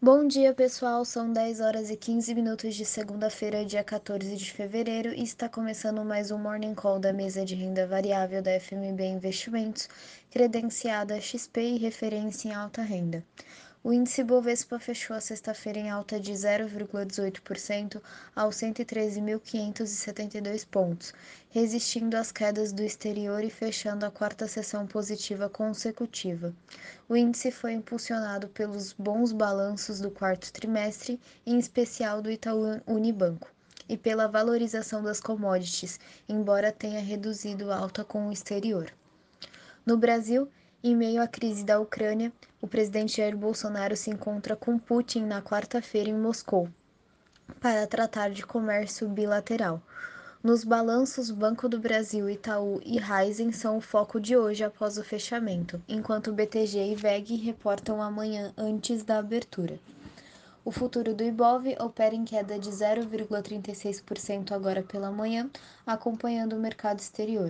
Bom dia, pessoal. São 10 horas e 15 minutos de segunda-feira, dia 14 de fevereiro, e está começando mais um Morning Call da mesa de renda variável da FMB Investimentos, credenciada XP e referência em alta renda. O índice Bovespa fechou a sexta-feira em alta de 0,18% aos 113.572 pontos, resistindo às quedas do exterior e fechando a quarta sessão positiva consecutiva. O índice foi impulsionado pelos bons balanços do quarto trimestre, em especial do Itaú Unibanco, e pela valorização das commodities, embora tenha reduzido alta com o exterior. No Brasil, em meio à crise da Ucrânia, o presidente Jair Bolsonaro se encontra com Putin na quarta-feira em Moscou para tratar de comércio bilateral. Nos balanços, Banco do Brasil, Itaú e Raizen são o foco de hoje após o fechamento, enquanto BTG e VEG reportam amanhã antes da abertura. O futuro do Ibov opera em queda de 0,36% agora pela manhã, acompanhando o mercado exterior.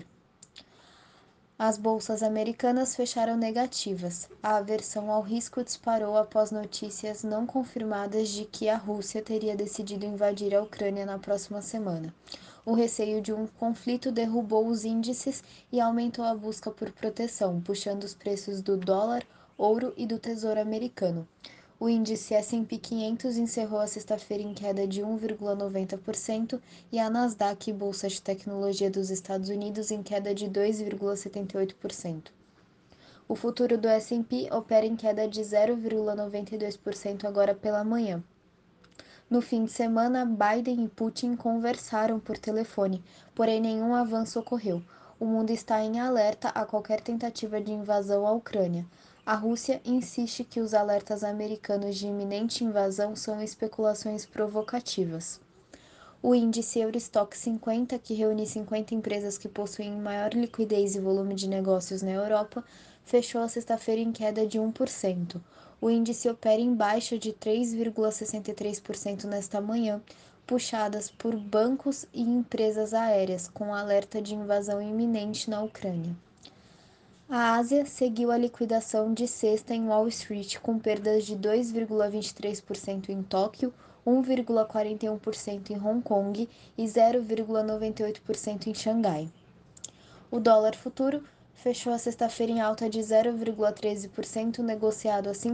As bolsas americanas fecharam negativas. A aversão ao risco disparou após notícias não confirmadas de que a Rússia teria decidido invadir a Ucrânia na próxima semana. O receio de um conflito derrubou os índices e aumentou a busca por proteção, puxando os preços do dólar, ouro e do tesouro americano. O índice S&P 500 encerrou a sexta-feira em queda de 1,90% e a Nasdaq, bolsa de tecnologia dos Estados Unidos, em queda de 2,78%. O futuro do S&P opera em queda de 0,92% agora pela manhã. No fim de semana, Biden e Putin conversaram por telefone, porém nenhum avanço ocorreu. O mundo está em alerta a qualquer tentativa de invasão à Ucrânia. A Rússia insiste que os alertas americanos de iminente invasão são especulações provocativas. O índice Eurostoxx 50, que reúne 50 empresas que possuem maior liquidez e volume de negócios na Europa, fechou a sexta-feira em queda de 1%. O índice opera em baixa de 3,63% nesta manhã, puxadas por bancos e empresas aéreas, com alerta de invasão iminente na Ucrânia. A Ásia seguiu a liquidação de sexta em Wall Street, com perdas de 2,23% em Tóquio, 1,41% em Hong Kong e 0,98% em Xangai. O dólar futuro fechou a sexta-feira em alta de 0,13%, negociado a R$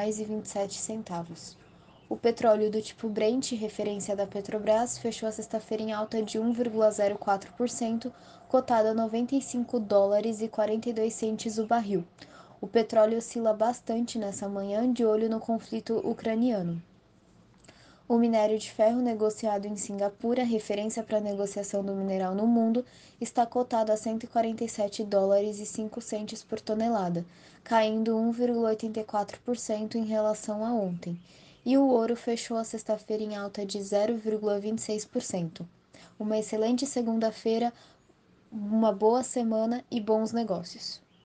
5,27. O petróleo do tipo Brent, referência da Petrobras, fechou a sexta-feira em alta de 1,04%, cotado a US$ 95,42 o barril. O petróleo oscila bastante nessa manhã, de olho no conflito ucraniano. O minério de ferro negociado em Singapura, referência para a negociação do mineral no mundo, está cotado a US$ 147,05 por tonelada, caindo 1,84% em relação a ontem. E o ouro fechou a sexta-feira em alta de 0,26%. Uma excelente segunda-feira, uma boa semana e bons negócios.